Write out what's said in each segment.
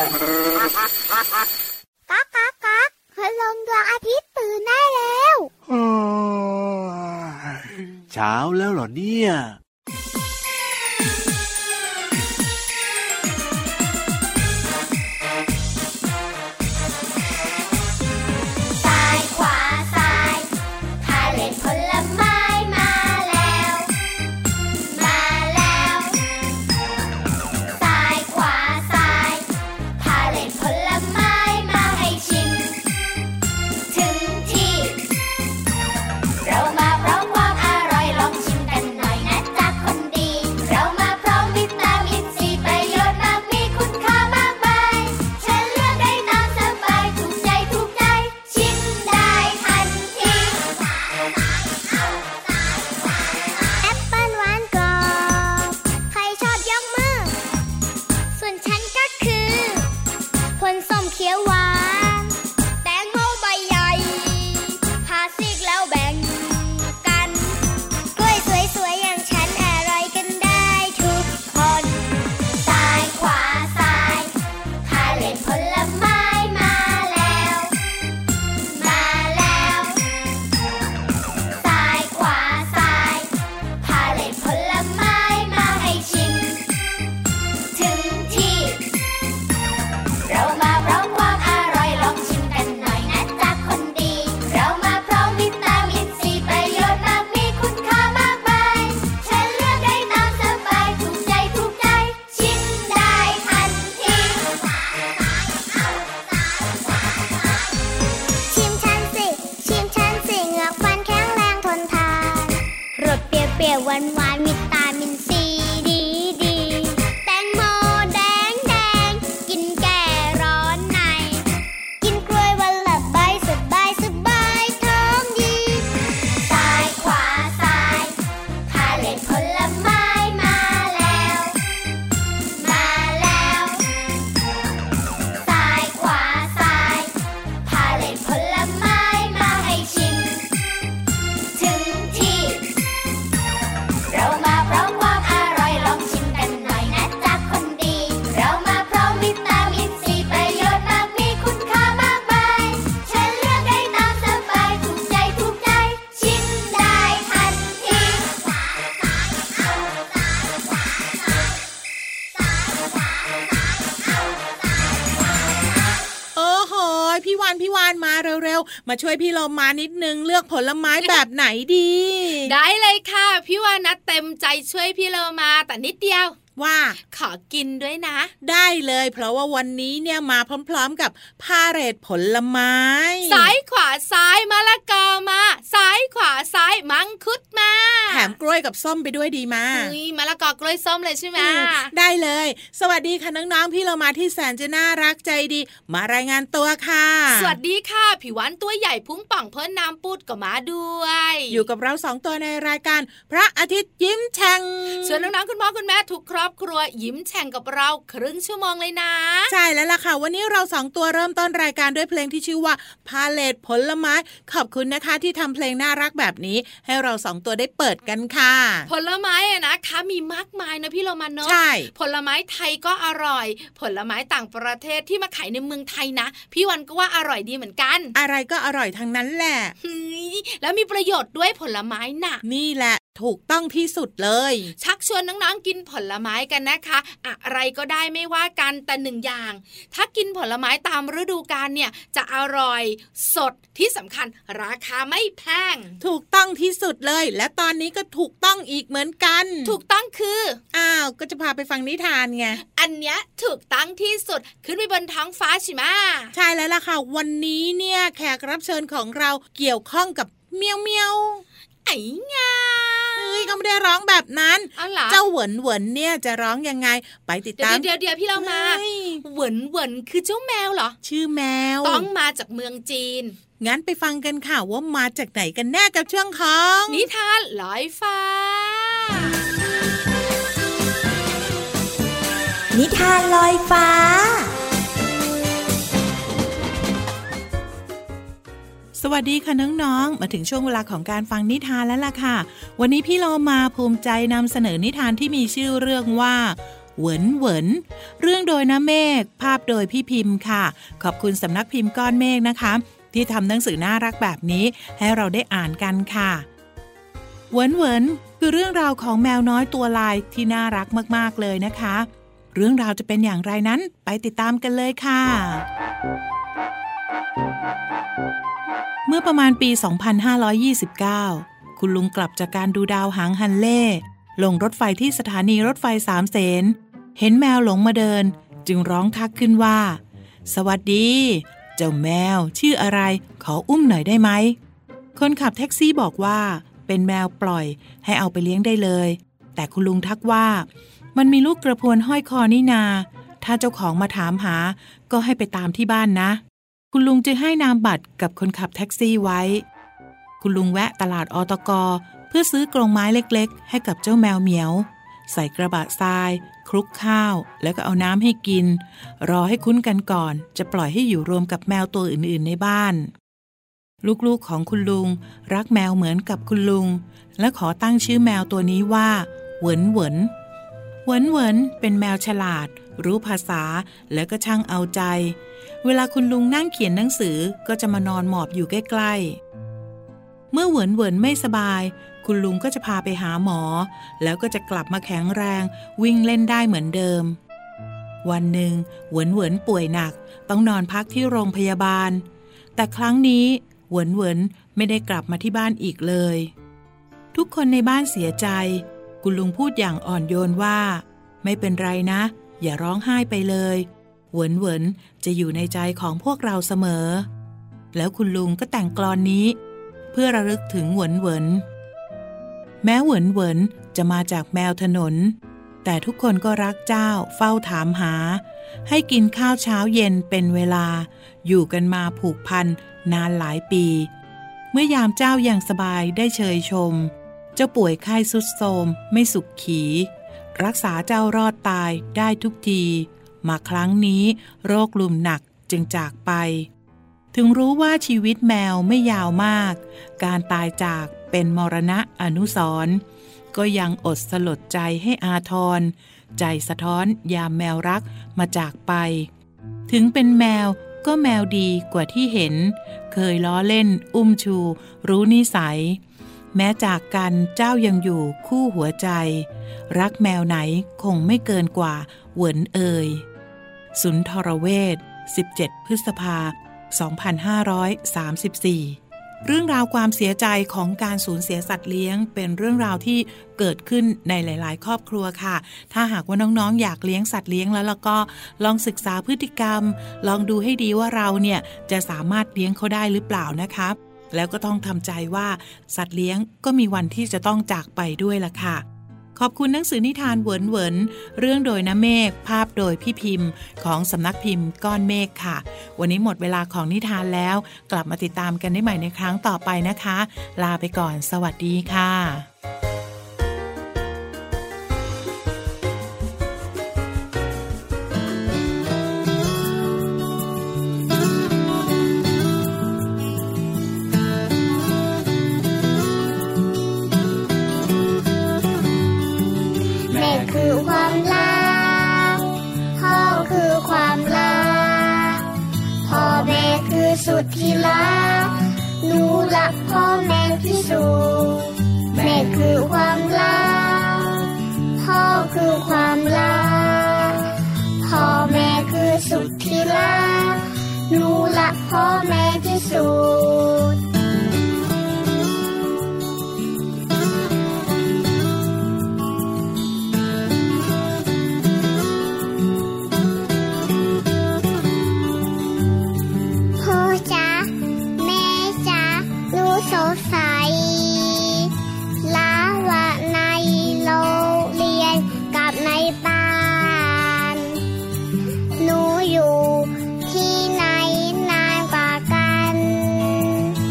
ก๊ากก๊ากก๊ากพลังดวงอาทิตย์ตื่นได้แล้วเช้าแล้วเหรอเนี่ยพี่วานมาเร็วๆมาช่วยพี่โลมานิดนึงเลือกผลไม้แบบไหนดีได้เลยค่ะพี่วานนะเต็มใจช่วยพี่โลมาแต่นิดเดียวว่าขอกินด้วยนะได้เลยเพราะว่าวันนี้เนี่ยมาพร้อมๆกับพาเหรดผลไม้ซ้ายขวาซ้ายมะละกอมาซ้ายขวาซ้ายมังคุดมาแถมกล้วยกับส้มไปด้วยดีมามะละกอกล้วยส้มเลยใช่ไหมได้เลยสวัสดีค่ะน้องๆพี่เรามาที่แสนจะน่ารักใจดีมารายงานตัวค่ะสวัสดีค่ะพี่วันตัวใหญ่พุงป่องเพิ่นน้ำปูดก็มาด้วยอยู่กับเรา2ตัวในรายการพระอาทิตย์ยิ้มแฉ่งส่วนน้องๆคุณพ่อคุณแม่ทุกครอบครัวยิ้มแฉ่งกับเราครึ่งชั่วโมงเลยนะใช่แล้วล่ะค่ะวันนี้เรา2ตัวเริ่มต้นรายการด้วยเพลงที่ชื่อว่าพาเลทผลไม้ขอบคุณนะคะที่ทำเพลงน่ารักแบบนี้ให้เรา2ตัวได้เปิดกันค่ะผลไม้นะคะมีมากมายนะพี่โรมันเนาะใช่ผลไม้ไทยก็อร่อยผลไม้ต่างประเทศที่มาขายในเมืองไทยนะพี่วันก็ว่าอร่อยดีเหมือนกันอะไรก็อร่อยทั้งนั้นแหละแล้วมีประโยชน์ด้วยผลไม้น่ะนี่แหละถูกต้องที่สุดเลยชักชวนน้องๆกินผลไม้กันนะคะอะไรก็ได้ไม่ว่ากันแต่หนึ่งอย่างถ้ากินผลไม้ตามฤดูกาลเนี่ยจะอร่อยสดที่สำคัญราคาไม่แพงถูกต้องที่สุดเลยและตอนนี้ก็ถูกต้องอีกเหมือนกันถูกต้องคือก็จะพาไปฟังนิทานไงอันเนี้ยถูกต้องที่สุดขึ้นไปบนท้องฟ้าใช่ไหมใช่แล้วล่ะค่ะวันนี้เนี่ยแขกรับเชิญของเราเกี่ยวข้องกับเมียวเมียวไอ้งาก็ไม่ได้ร้องแบบนั้นเจ้าเหวินเหวินเนี่ยจะร้องยังไงไปติดตามเดี๋ยวพี่เรามาเหวินเหวินคือเจ้าแมวเหรอชื่อแมวต้องมาจากเมืองจีนงั้นไปฟังกันค่ะว่ามาจากไหนกันแน่กับช่วงของนิทานลอยฟ้านิทานลอยฟ้าสวัสดีค่ะน้องๆมาถึงช่วงเวลาของการฟังนิทานแล้วล่ะค่ะวันนี้พี่เรามาภูมิใจนำเสนอนิทานที่มีชื่อเรื่องว่าเหวินเหวินเรื่องโดยน้าเมฆภาพโดยพี่พิมพ์ค่ะขอบคุณสำนักพิมพ์ก้อนเมฆนะคะที่ทำหนังสือน่ารักแบบนี้ให้เราได้อ่านกันค่ะเหวินเหวินคือเรื่องราวของแมวน้อยตัวลายที่น่ารักมากๆเลยนะคะเรื่องราวจะเป็นอย่างไรนั้นไปติดตามกันเลยค่ะเมื่อประมาณปี 2529 คุณลุงกลับจากการดูดาวหางฮันเล่ลงรถไฟที่สถานีรถไฟสามเสนเห็นแมวหลงมาเดินจึงร้องทักขึ้นว่าสวัสดีเจ้าแมวชื่ออะไรขออุ้มหน่อยได้ไหมคนขับแท็กซี่บอกว่าเป็นแมวปล่อยให้เอาไปเลี้ยงได้เลยแต่คุณลุงทักว่ามันมีลูกกระพวนห้อยคอนี่นาถ้าเจ้าของมาถามหาก็ให้ไปตามที่บ้านนะคุณลุงจึงให้นามบัตรกับคนขับแท็กซี่ไว้คุณลุงแวะตลาดอตก.เพื่อซื้อกรงไม้เล็กๆให้กับเจ้าแมวเหมียวใส่กระบะทรายคลุกข้าวแล้วก็เอาน้ำให้กินรอให้คุ้นกันก่อนจะปล่อยให้อยู่รวมกับแมวตัวอื่นๆในบ้านลูกๆของคุณลุงรักแมวเหมือนกับคุณลุงและขอตั้งชื่อแมวตัวนี้ว่าเหวินเหวินเหวินเหวินเป็นแมวฉลาดรู้ภาษาและก็ช่างเอาใจเวลาคุณลุงนั่งเขียนหนังสือก็จะมานอนหมอบอยู่ใกล้ๆเมื่อเหวินเหวินไม่สบายคุณลุงก็จะพาไปหาหมอแล้วก็จะกลับมาแข็งแรงวิ่งเล่นได้เหมือนเดิมวันหนึ่งเหวินเหวินป่วยหนักต้องนอนพักที่โรงพยาบาลแต่ครั้งนี้เหวินเหวินไม่ได้กลับมาที่บ้านอีกเลยทุกคนในบ้านเสียใจคุณลุงพูดอย่างอ่อนโยนว่าไม่เป็นไรนะอย่าร้องไห้ไปเลยเหวินเหวินจะอยู่ในใจของพวกเราเสมอแล้วคุณลุงก็แต่งกลอนนี้เพื่อระลึกถึงเหวินเหวินแม้เหวินเหวินจะมาจากแมวถนนแต่ทุกคนก็รักเจ้าเฝ้าถามหาให้กินข้าวเช้าเย็นเป็นเวลาอยู่กันมาผูกพันนานหลายปีเมื่อยามเจ้าอย่างสบายได้เชยชมเจ้าป่วยไข้ทรุดโทรมไม่สุขขีรักษาเจ้ารอดตายได้ทุกทีมาครั้งนี้โรคลุมหนักจึงจากไปถึงรู้ว่าชีวิตแมวไม่ยาวมากการตายจากเป็นมรณะอนุสรณ์ก็ยังอดสลดใจให้อาทรใจสะท้อนยามแมวรักมาจากไปถึงเป็นแมวก็แมวดีกว่าที่เห็นเคยล้อเล่นอุ้มชูรู้นิสัยแม้จากกันเจ้ายังอยู่คู่หัวใจรักแมวไหนคงไม่เกินกว่าเหวินเอ่ยสุนทรเวช17 พฤษภาคม 2534เรื่องราวความเสียใจของการสูญเสียสัตว์เลี้ยงเป็นเรื่องราวที่เกิดขึ้นในหลายๆครอบครัวค่ะถ้าหากว่าน้องๆอยากเลี้ยงสัตว์เลี้ยงแล้วก็ลองศึกษาพฤติกรรมลองดูให้ดีว่าเราเนี่ยจะสามารถเลี้ยงเขาได้หรือเปล่านะคะแล้วก็ต้องทำใจว่าสัตว์เลี้ยงก็มีวันที่จะต้องจากไปด้วยล่ะค่ะขอบคุณหนังสือนิทานเหวินเหวินเรื่องโดยน้าเมฆภาพโดยพี่พิมพ์ของสำนักพิมพ์ก้อนเมฆค่ะวันนี้หมดเวลาของนิทานแล้วกลับมาติดตามกันได้ใหม่ในครั้งต่อไปนะคะลาไปก่อนสวัสดีค่ะคือความรักพ่อคือความรักพ่อแม่คือสุดที่รักหนูรักพ่อแม่ที่สุดแม่คือความรักพ่อคือความรักพ่อแม่คือสุดที่รักหนูรักพ่อแม่ที่สุดสดใสลาวะในโรงเรียนกับในบ้านหนูอยู่ที่ไหนนานกว่ากัน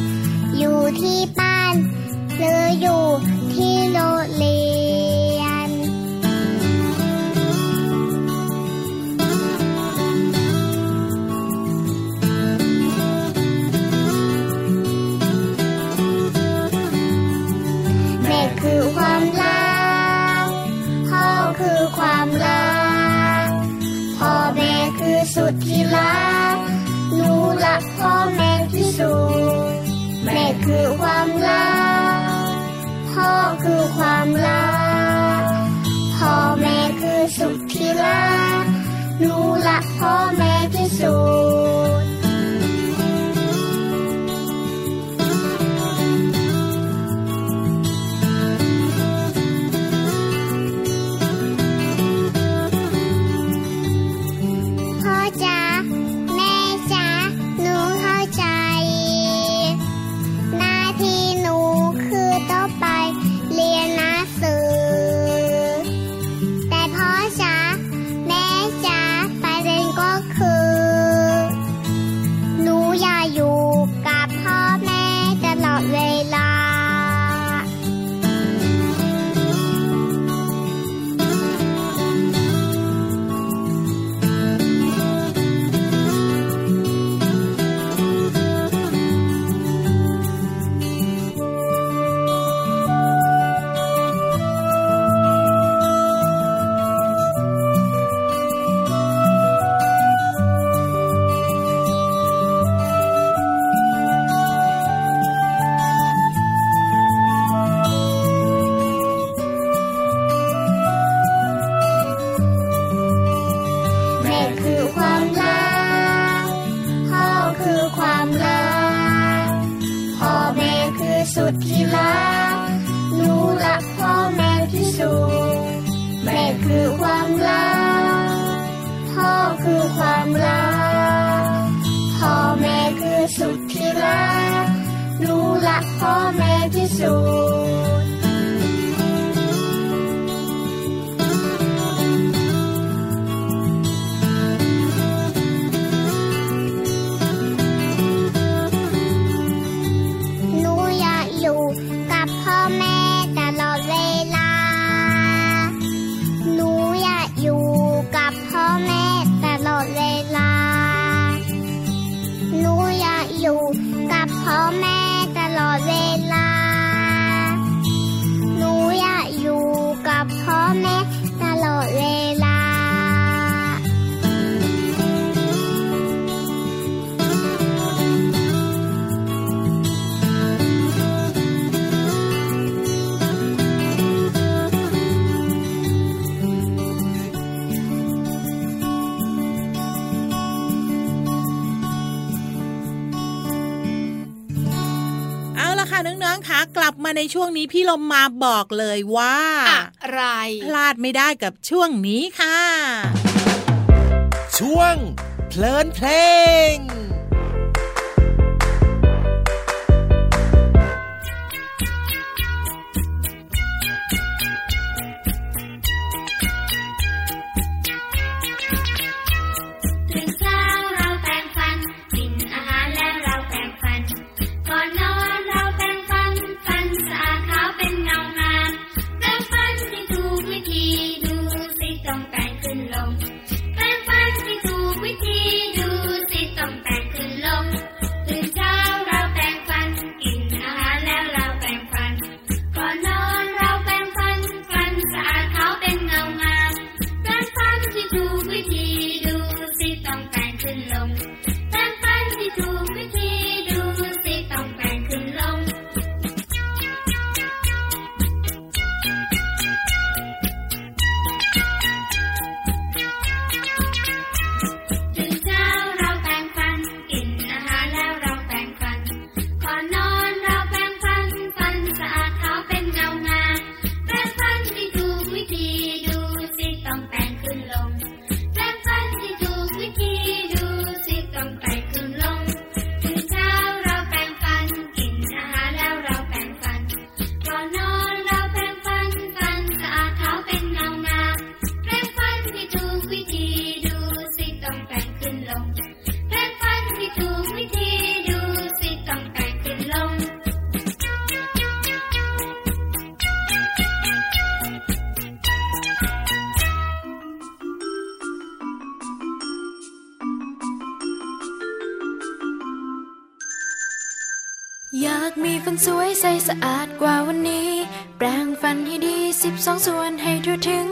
สุดที่รักหนูรักพ่อแม่ที่สุดแม่คือความรักพ่อคือความรักพ่อแม่คือสุดที่รักหนูรักพ่อแม่ที่สุดพ่อจ๋าแม่จ๋าหนูเข้าใจหน้าที่หนูคือต้องไปเรียนหนังสือแต่พ่อจ๋าแม่จ๋าประเด็นก็คือหนูอยากอยู่กับพ่อแม่ตลอดเวลาสุดที่รักหนูรักพ่อแม่ที่สุดแม่คือความรักพ่อคือความรักพ่อแม่คือสุดที่รักหนูรักพ่อแม่ที่สุดพ่อแม่ตลอดเวลาหนูอยากอยู่กับพ่อแม่ตลอดเวลาหนูอยากอยู่กับพ่อแม่ตลอดเวลาหนูอยากอยู่กับพ่อแม่ตลอดเวลาน้องๆคะกลับมาในช่วงนี้พี่ลมมาบอกเลยว่าอะไรพลาดไม่ได้กับช่วงนี้ค่ะช่วงเพลินเพลงอยากมีฟันสวยใสสะอาดกว่าวันนี้แปรงฟันให้ดี12 ส่วนให้ทั่วถึง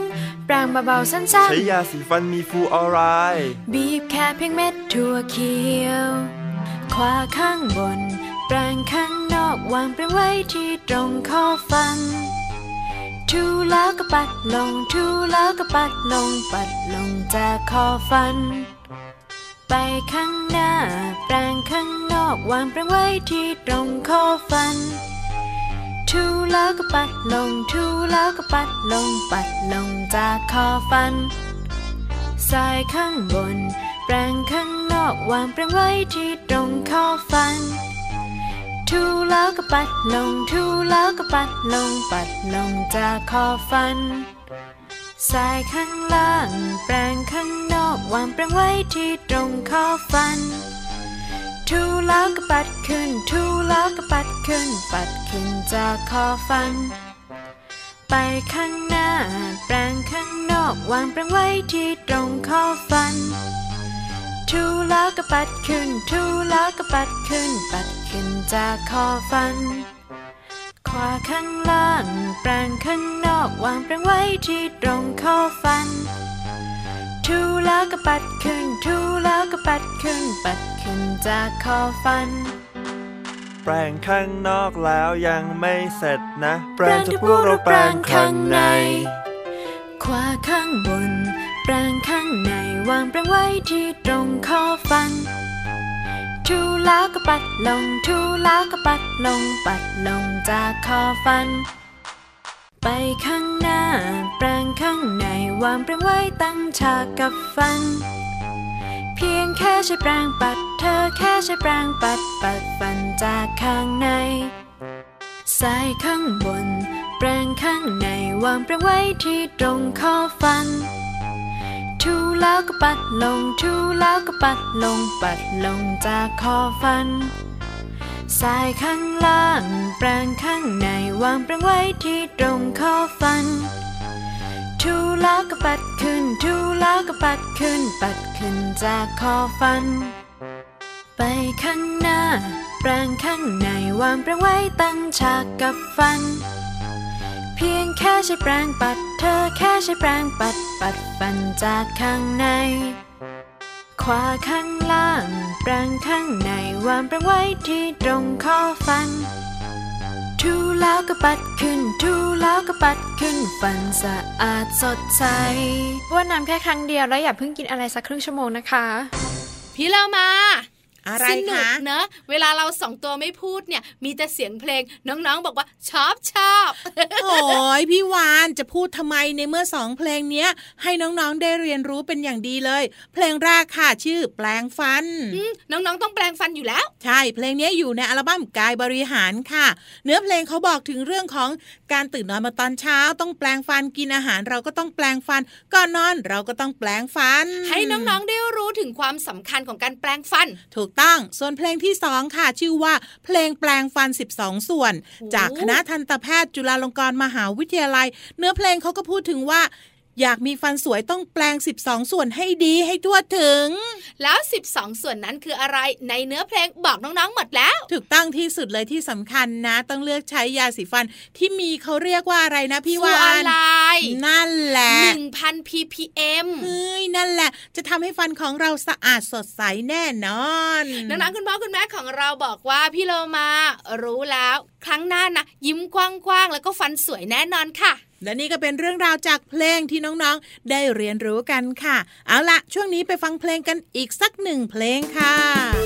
แปรงเบาๆสั้นๆใช้ยาสีฟันมีฟลูออไรด์บีบแค่เพียงเม็ดถั่วเขียวขวาข้างบนแปรงข้างนอกวางแปรงไว้ที่ตรงข้อฟันถูแล้วก็ปัดลงถูแล้วก็ปัดลงปัดลงจากคอฟันไปข้างหน้าแปรงข้างนอกวางแปรงไว้ที่ตรงข้อฟันถูแล้วก็ปัดลงถูแล้วก็ปัดลงปัดลงจากคอฟันซ้ายข้างบนแปรงข้างนอกวางแปรงไว้ที่ตรงข้อฟันถูแล้วก็ปัดลงถูแล้วก็ปัดลงปัดลงจากคอฟันซ้ายข้างล่างแปรงข้างนอกวางแปรงไว้ที่ตรงข้อฟันถูแล้วก็ปัดขึ้นถูแล้วก็ปัดขึ้นปัดขึ้นจากคอฟันไปข้างหน้าแปรงข้างนอกวางแปรงไว้ที่ตรงข้อฟันถูแล้วก็ปัดขึ้นถูแล้วก็ปัดขึ้นปัดขึ้นจากคอฟันขวาข้างล่างแปรงข้างนอกวางแปรงไว้ที่ตรงข้อฟันถูแล้วก็ปัดขึ้นถูแล้วก็ปัดขึ้นปัดขึ้นจากคอฟันแปรงข้างนอกแล้วยังไม่เสร็จนะแปรงทุกพวกเราแปรงข้างในขวาข้างบนแปรงข้างในวางแปรงไว้ที่ตรงข้อฟันถูแล้วก็ปัดลงถูแล้วก็ปัดลงปัดลงจากคอฟันไปข้างหน้าแปรงข้างในวางแปรงไว้ตั้งฉากกับฟันเพียงแค่ใช้แปรงปัดเธอแค่ใช้แปรงปัดปัดฟันจากข้างในซ้ายข้างบนแปรงข้างในวางแปรงไว้ที่ตรงข้อฟันถูแล้วก็ปัดลงถูแล้วก็ปัดลงปัดลงจากคอฟันซ้ายข้างล่างแปรงข้างในวางแปรงไว้ที่ตรงข้อฟันถูแล้วก็ปัดขึ้นถูแล้วก็ปัดขึ้นปัดขึ้นจากคอฟันไปข้างหน้าแปรงข้างในวางแปรงไว้ตั้งฉากกับฟันเพียงแค่ใช้แปรงปัดเธอแค่ใช้แปรงปัดปัดฟันจากข้างในขวาข้างล่างแปรงข้างในวางแปรงไว้ที่ตรงข้อฟันถูแล้วก็ปัดขึ้นถูแล้วก็ปัดขึ้นฟันสะอาดสดใสว่ายน้ำแค่ครั้งเดียวแล้วอย่าเพิ่งกินอะไรสักครึ่งชั่วโมงนะคะพี่เรามาอะไรคะสนุกเนอะเวลาเราสองตัวไม่พูดเนี่ยมีแต่เสียงเพลงน้องๆบอกว่าชอบโอ้ยพี่วานจะพูดทำไมในเมื่อสองเพลงเนี้ยให้น้องๆได้เรียนรู้เป็นอย่างดีเลยเพลงแรกค่ะชื่อแปลงฟันน้องๆต้องแปลงฟันอยู่แล้วใช่เพลงนี้อยู่ในอัลบั้มกายบริหารค่ะเนื้อเพลงเขาบอกถึงเรื่องของการตื่นนอนมาตอนเช้าต้องแปลงฟันกินอาหารเราก็ต้องแปลงฟันก่อนนอนเราก็ต้องแปลงฟันให้น้องๆได้รู้ถึงความสำคัญของการแปลงฟันถูกต้องส่วนเพลงที่2ค่ะชื่อว่าเพลงแปลงฟัน12ส่วนจากคณะทันตแพทย์จุฬาลงกรณ์มหาวิทยาลัยเนื้อเพลงเขาก็พูดถึงว่าอยากมีฟันสวยต้องแปลง12ส่วนให้ดีให้ทั่วถึงแล้ว12ส่วนนั้นคืออะไรในเนื้อเพลงบอกน้องๆหมดแล้วถูกต้องที่สุดเลยที่สำคัญนะต้องเลือกใช้ยาสีฟันที่มีเขาเรียกว่าอะไรนะพี่วานนั่นแหละ 1,000 ppm เฮ้ยนั่นแหละจะทำให้ฟันของเราสะอาดสดใสแน่นอนน้องๆคุณพ่อคุณแม่ของเราบอกว่าพี่โลมารู้แล้วครั้งหน้านะยิ้มกว้างๆแล้วก็ฟันสวยแน่นอนค่ะและนี่ก็เป็นเรื่องราวจากเพลงที่น้องๆได้เรียนรู้กันค่ะเอาล่ะช่วงนี้ไปฟังเพลงกันอีกสักหนึ่งเพลงค่ะ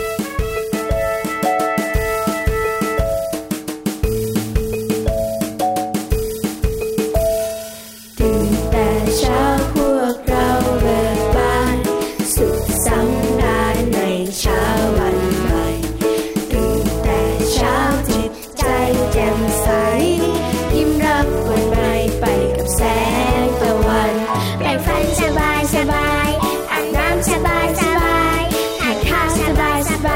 ตื่นแต่เช้าพวกเราเบิกบานสุขสันต์ราในเช้าวันใหม่ตื่นแต่เช้าจิตใจแจ่มใสยิ้มรับวันใหม่ไปกับแสงตะวันแปรงฟันสบายสบายอาบน้ำสบายสบายทานข้าวสบายสบ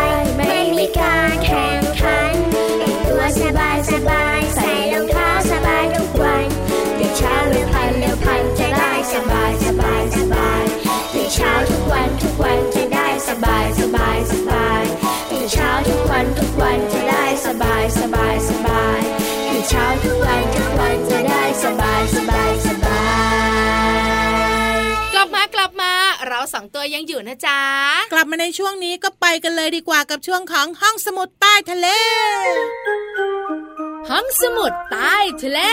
2ตัวยังอยู่นะจ๊ะกลับมาในช่วงนี้ก็ไปกันเลยดีกว่ากับช่วงของห้องสมุดใต้ทะเลห้องสมุดใต้ทะเล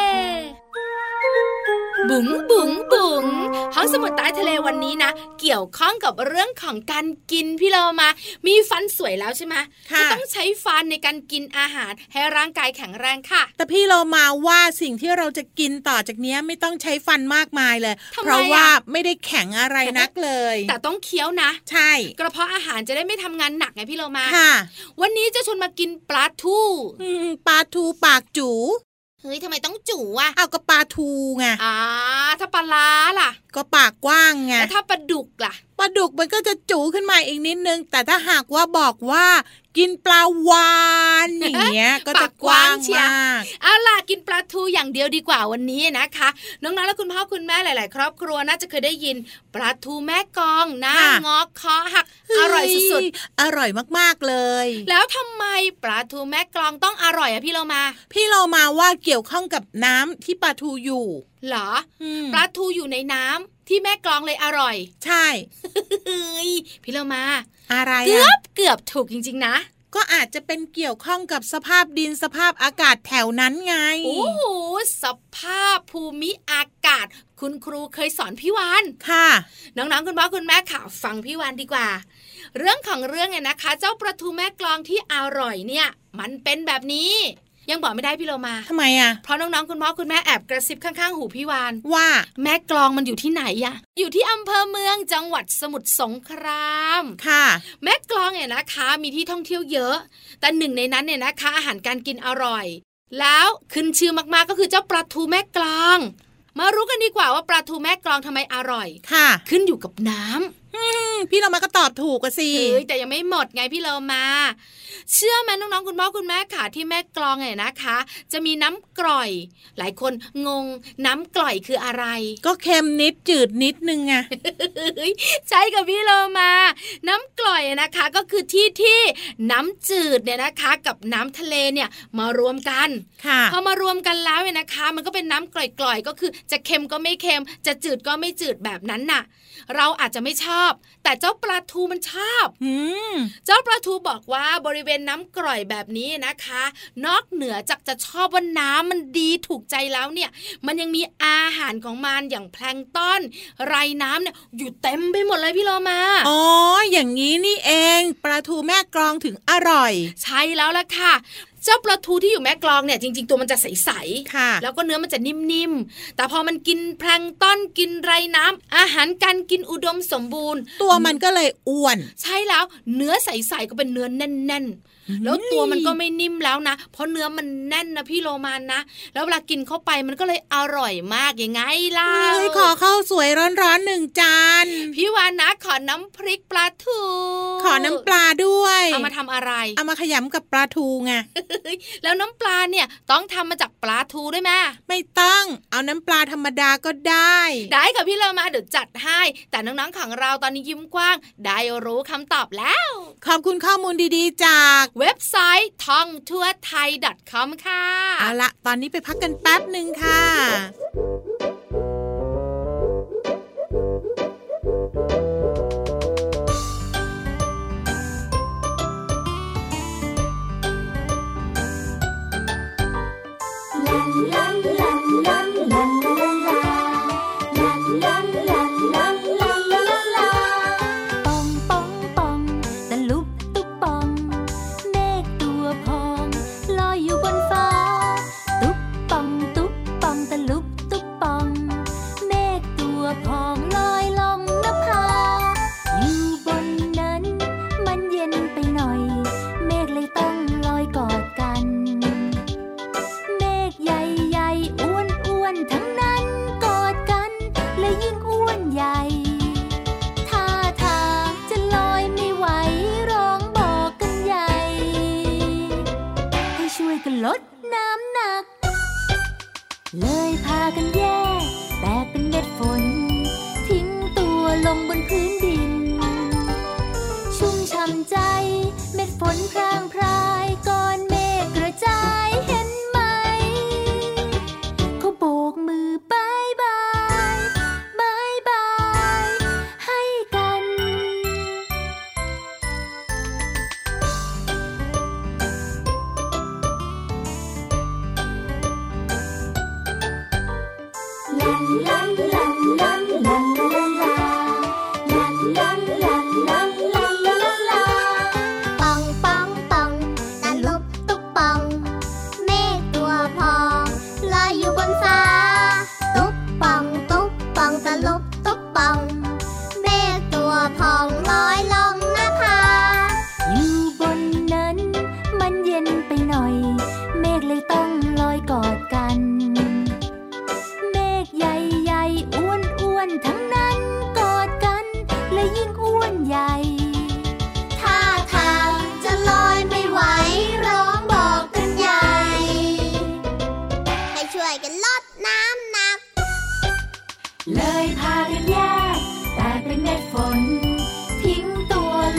บุ๋งบุ๋งบุ๋งห้องสมุดใต้ทะเลวันนี้นะเกี่ยวข้องกับเรื่องของการกินพี่เรามามีฟันสวยแล้วใช่ไหมก็ต้องใช้ฟันในการกินอาหารให้ร่างกายแข็งแรงค่ะแต่พี่เรามาว่าสิ่งที่เราจะกินต่อจากนี้ไม่ต้องใช้ฟันมากมายเลยเพราะว่าไม่ได้แข็งอะไรนักเลยแต่ต้องเคี้ยวนะใช่กระเพาะอาหารจะได้ไม่ทำงานหนักไงพี่เรามาค่ะวันนี้จะชวนมากินปลาทูปลาทูปากจู๋เฮ้ยทำไมต้องจู่อ่ะเอาก็ปลาทูไงถ้าปลาล้าล่ะก็ปากกว้างไงแต่ถ้าปลาดุกล่ะปลาดุกมันก็จะจู๋ขึ้นมาอีกนิดนึงแต่ถ้าหากว่าบอกว่ากินปลาวานอย่างเงี้ยก็จะกว้างมากเอาล่ะกินปลาทูอย่างเดียวดีกว่าวันนี้นะคะน้องๆและคุณพ่อคุณแม่หลายๆครอบครัวน่าจะเคยได้ยินปลาทูแม่กลองนะงอคอหักอร่อยสุดๆอร่อยมากๆเลยแล้วทำไมปลาทูแม่กลองต้องอร่อยอะพี่เรามาว่าเกี่ยวข้องกับน้ำที่ปลาทูอยู่เหรอปลาทูอยู่ในน้ำที่แม่กลองเลยอร่อยใช่พี่เรามาอะไรเกือบถูกจริงๆนะก็อาจจะเป็นเกี่ยวข้องกับสภาพดินสภาพอากาศแถวนั้นไงโอ้โหสภาพภูมิอากาศคุณครูเคยสอนพี่วานค่ะน้องๆคุณพ่อคุณแม่ค่ะฟังพี่วานดีกว่าเรื่องของเรื่องเนี่ยนะคะเจ้าปลาทูแม่กลองที่อร่อยเนี่ยมันเป็นแบบนี้ยังบอกไม่ได้พี่โลมาทำไมอ่ะเพราะน้องๆคุณพ่อคุณแม่แอบกระซิบข้างๆหูพี่วานว่าแม่กลองมันอยู่ที่ไหนอะอยู่ที่อำเภอเมืองจังหวัดสมุทรสงครามค่ะแม่กลองเนี่ยนะคะมีที่ท่องเที่ยวเยอะแต่หนึ่งในนั้นเนี่ยนะคะอาหารการกินอร่อยแล้วขึ้นชื่อมากๆก็คือเจ้าปลาทูแม่กลองมารู้กันดีกว่าว่าปลาทูแม่กลองทำไมอร่อยค่ะขึ้นอยู่กับน้ำพี่เรามาก็ตอบถูกกันสิแต่ยังไม่หมดไงพี่เรามาเชื่อไหมน้องๆคุณพ่อคุณแม่ค่ะที่แม่กลองเนี่ยนะคะจะมีน้ำกร่อยหลายคนงงน้ำกร่อยคืออะไรก็เค็มนิดจืดนิดนึงไงใช่กับพี่เรามาน้ำกร่อยนะคะก็คือที่น้ำจืดเนี่ยนะคะกับน้ำทะเลเนี่ยมารวมกันพอมารวมกันแล้วเนี่ยนะคะมันก็เป็นน้ำกร่อยๆก็คือจะเค็มก็ไม่เค็มจะจืดก็ไม่จืดแบบนั้นน่ะเราอาจจะไม่ชอบแต่เจ้าปลาทูมันชอบเจ้าปลาทูบอกว่าบริเวณน้ำกร่อยแบบนี้นะคะนอกเหนือจากจะชอบว่าน้ำมันดีถูกใจแล้วเนี่ยมันยังมีอาหารของมันอย่างแพลงก์ต้นไรน้ำเนี่ยอยู่เต็มไปหมดเลยพี่โลมาอ๋ออย่างนี้นี่เองปลาทูแม่กลองถึงอร่อยใช่แล้วล่ะค่ะเจ้าปลาทูที่อยู่แม่กลองเนี่ยจริงๆตัวมันจะใสๆแล้วก็เนื้อมันจะนิ่มๆแต่พอมันกินแพลงก์ต้นกินไรน้ำอาหารการกินอุดมสมบูรณ์ตัวมันก็เลยอ้วนใช่แล้วเนื้อใสๆก็เป็นเนื้อแน่นๆแล้วตัวมันก็ไม่นิ่มแล้วนะเพราะเนื้อมันแน่นนะพี่โลมานนะแล้วเวลากินเข้าไปมันก็เลยอร่อยมากยังไงล่ะขอข้าวสวยร้อนๆ1 จานพี่วานนะขอน้ำพริกปลาทูขอน้ำปลาด้วยเอามาทำอะไรเอามาขยำกับปลาทูไงแล้วน้ำปลาเนี่ยต้องทำมาจากปลาทูด้วยไหมไม่ต้องเอาน้ำปลาธรรมดาก็ได้กับพี่โลมาเดี๋ยวจัดให้แต่น้องๆของเราตอนนี้ยิ้มกว้างได้รู้คำตอบแล้วขอบคุณข้อมูลดีๆจากเว็บไซต์ท่องทั่วไทย .com ค่ะเอาละตอนนี้ไปพักกันแป๊บนึงค่ะเลยพากันแยกแตกเป็นเม็ดฝนทิ้งตัวลงบนพื้นดินชุ่มช่ำใจเม็ดฝนพรางพรายก้อนเมฆกระจายเห็นไหมเขาโบกมือบายบายบายบายให้กั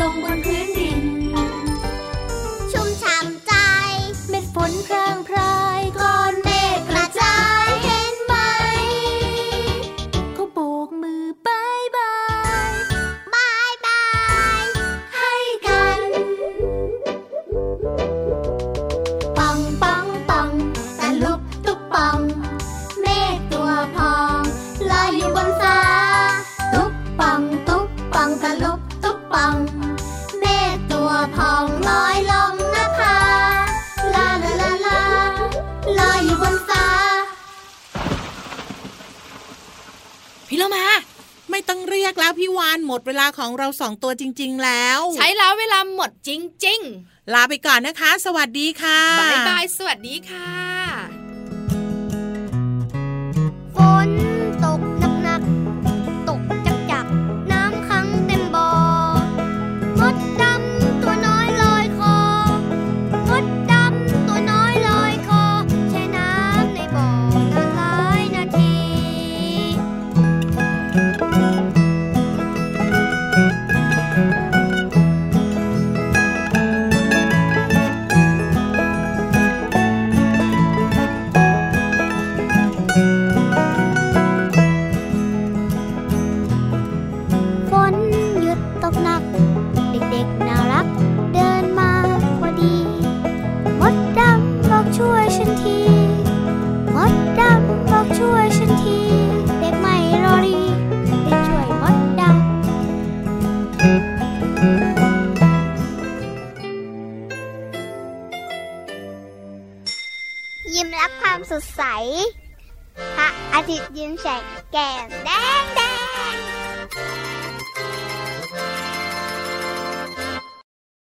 ลงบนพื้นดินชุ่มฉ่ำใจเม็ดฝนพรางพรายก้อนเมฆกระจายเห็นไหมเขาโบกมือบายบายบายบายให้กันปังปังปังตะลุบตุ๊บปังเมฆตัวพองลอยอยู่บนฟ้าตุ๊บปังตุ๊บปังตะลุบตุ๊บปังเมฆตัวพองลอยลงนภาลาลาลาลาลอยอยู่บนฟ้าพี่โลมาไม่ต้องเรียกแล้วพี่วานหมดเวลาของเรา2 ตัวจริงๆแล้วใช้แล้วเวลาหมดจริงๆลาไปก่อนนะคะสวัสดีค่ะบ๊ายบายสวัสดีค่ะฝนตกหนักๆตกจักๆน้ำขังเต็มบ่อมดดำตัวน้อยลอยคอมดดำตัวน้อยลอยคอแช่น้ำในบ่อนานหลายนาทีฝนหยุดตกหนักเด็กๆน่ารักเดินมาพอดีมดดำบอกช่วยฉันทีมดดำบอกช่วยฉันทีเด็กไม่รอรีไปช่วยมดดำยิ้มรับความสดใสพระอาทิตย์ยิ้มแฉกแก้มแดง